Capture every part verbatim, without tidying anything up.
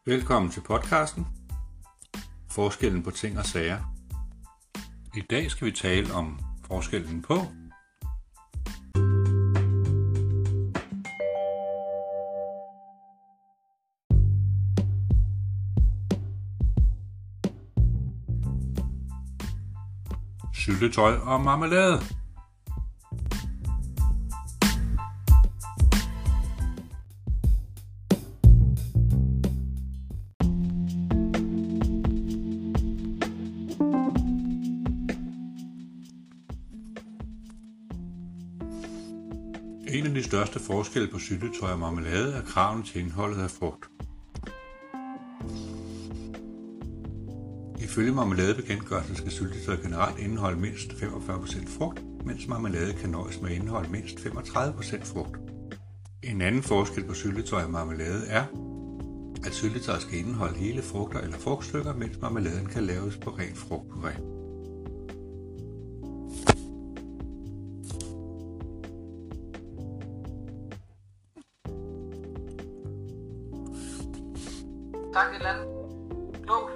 Velkommen til podcasten Forskellen på ting og sager. I dag skal vi tale om forskellen på syltetøj og marmelade. En af de største forskelle på syltetøj og marmelade er kravene til indholdet af frugt. Ifølge marmeladebekendtgørelsen skal syltetøj generelt indeholde mindst femogfyrre procent frugt, mens marmelade kan nøjes med at indeholde mindst femogtredive procent frugt. En anden forskel på syltetøj og marmelade er, at syltetøj skal indeholde hele frugter eller frugtstykker, mens marmeladen kan laves på ren frugtpuré. Tak et eller andet klogt.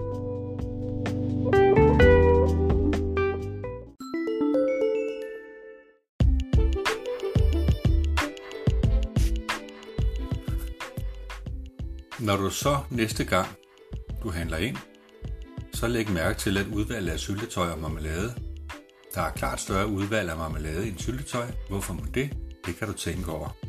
Når du så næste gang du handler ind, så læg mærke til, at udvalget af syltetøj og marmelade. Der er klart større udvalg af marmelade end syltetøj. Hvorfor må det? Det kan du tænke over.